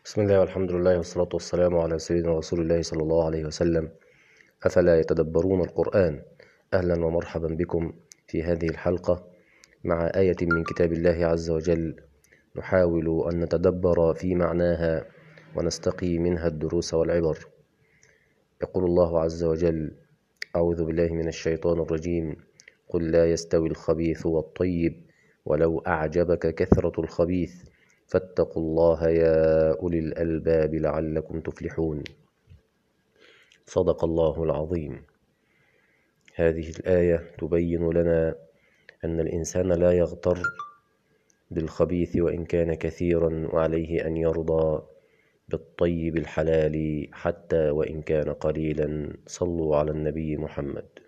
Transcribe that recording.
بسم الله والحمد لله والصلاة والسلام على سيدنا رسول الله صلى الله عليه وسلم. أفلا يتدبرون القرآن؟ أهلا ومرحبا بكم في هذه الحلقة مع آية من كتاب الله عز وجل، نحاول أن نتدبر في معناها ونستقي منها الدروس والعبر. يقول الله عز وجل: أعوذ بالله من الشيطان الرجيم: قل لا يستوي الخبيث والطيب ولو أعجبك كثرة الخبيث فاتقوا الله يا أولي الألباب لعلكم تفلحون. صدق الله العظيم. هذه الآية تبين لنا أن الإنسان لا يغتر بالخبيث وإن كان كثيرا، وعليه أن يرضى بالطيب الحلال حتى وإن كان قليلا. صلوا على النبي محمد.